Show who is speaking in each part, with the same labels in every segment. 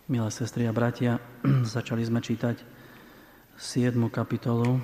Speaker 1: Milé sestry a bratia, začali sme čítať 7. kapitolu,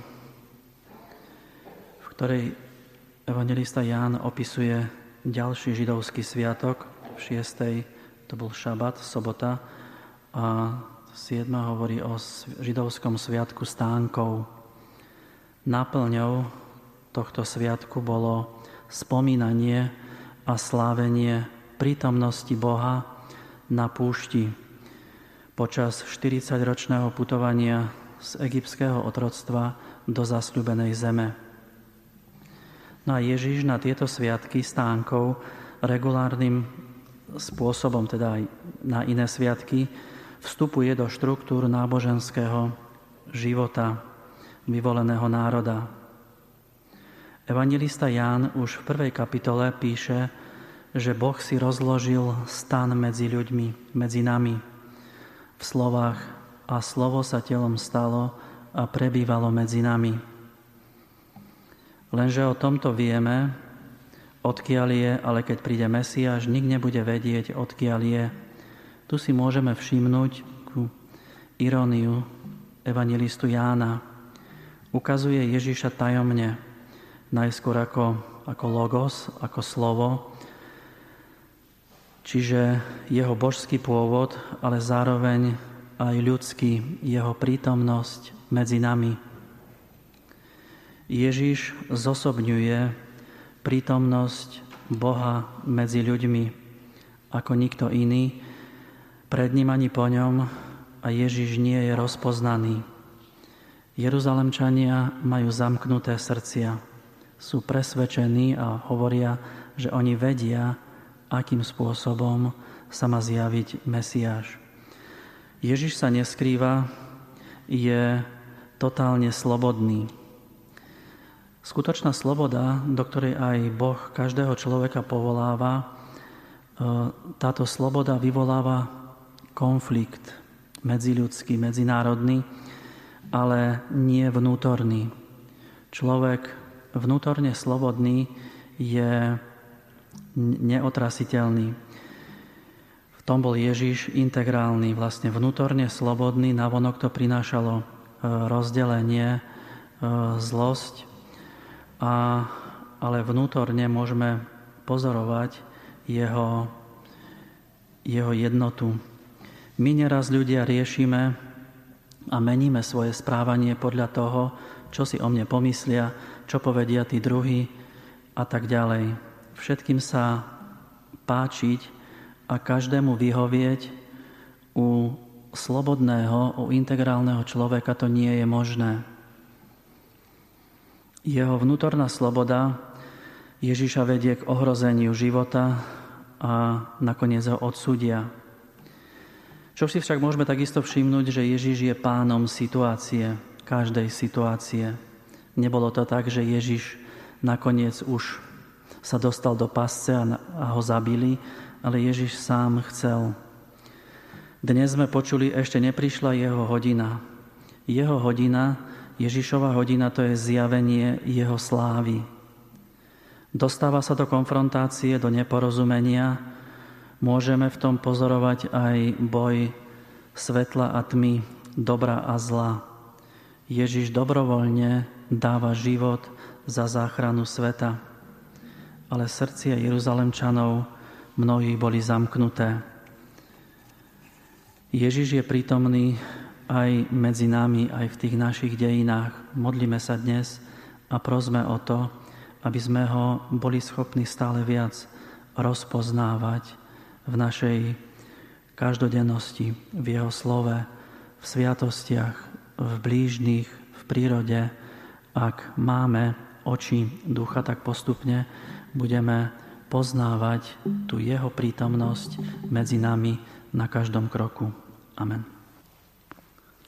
Speaker 1: v ktorej evanjelista Ján opisuje ďalší židovský sviatok. V 6. to bol šabat, sobota, a 7. hovorí o židovskom sviatku stánkov. Náplňou tohto sviatku bolo spomínanie a slávenie prítomnosti Boha na púšti počas 40-ročného putovania z egyptského otroctva do zasľúbenej zeme. No a Ježiš na tieto sviatky stánkov regulárnym spôsobom, teda aj na iné sviatky, vstupuje do štruktúr náboženského života vyvoleného národa. Evanjelista Ján už v 1. kapitole píše, že Boh si rozložil stan medzi ľuďmi, medzi nami, v slovách: a slovo sa telom stalo a prebývalo medzi nami. Lenže o tomto vieme, odkiaľ je, ale keď príde Mesiáš, nik nebude vedieť, odkiaľ je. Tu si môžeme všimnúť iróniu evanjelistu Jána. Ukazuje Ježiša tajomne, najskôr ako logos, ako slovo, čiže jeho božský pôvod, ale zároveň aj ľudský, jeho prítomnosť medzi nami. Ježiš zosobňuje prítomnosť Boha medzi ľuďmi ako nikto iný, pred ním ani po ňom, a Ježiš nie je rozpoznaný. Jeruzalemčania majú zamknuté srdcia, sú presvedčení a hovoria, že oni vedia, akým spôsobom sa má zjaviť Mesiáš. Ježiš sa neskrýva, je totálne slobodný. Skutočná sloboda, do ktorej aj Boh každého človeka povoláva, táto sloboda vyvoláva konflikt medziľudský, medzinárodný, ale nie vnútorný. Človek vnútorne slobodný je neotrasiteľný. V tom bol Ježiš integrálny, vlastne vnútorne slobodný, navonok to prinášalo rozdelenie, zlosť, ale vnútorne môžeme pozorovať jeho jednotu. My neraz ľudia riešime a meníme svoje správanie podľa toho, čo si o mne pomyslia, čo povedia tí druhí a tak ďalej. Všetkým sa páčiť a každému vyhovieť, u slobodného, u integrálneho človeka to nie je možné. Jeho vnútorná sloboda Ježiša vedie k ohrozeniu života a nakoniec ho odsúdia. Čo si však môžeme takisto všimnúť, že Ježiš je pánom situácie, každej situácie. Nebolo to tak, že Ježiš nakoniec už sa dostal do pasce a ho zabili, ale Ježiš sám chcel. Dnes sme počuli, ešte neprišla jeho hodina. Jeho hodina, Ježišova hodina, to je zjavenie jeho slávy. Dostáva sa do konfrontácie, do neporozumenia. Môžeme v tom pozorovať aj boj svetla a tmy, dobra a zla. Ježiš dobrovoľne dáva život za záchranu sveta. Ale srdcia Jeruzalemčanov mnohí boli zamknuté. Ježiš je prítomný aj medzi nami, aj v tých našich dejinách. Modlíme sa dnes a prosme o to, aby sme ho boli schopní stále viac rozpoznávať v našej každodennosti, v jeho slove, v sviatostiach, v blížnych, v prírode. Ak máme oči ducha, tak postupne budeme poznávať tú jeho prítomnosť medzi nami na každom kroku. Amen.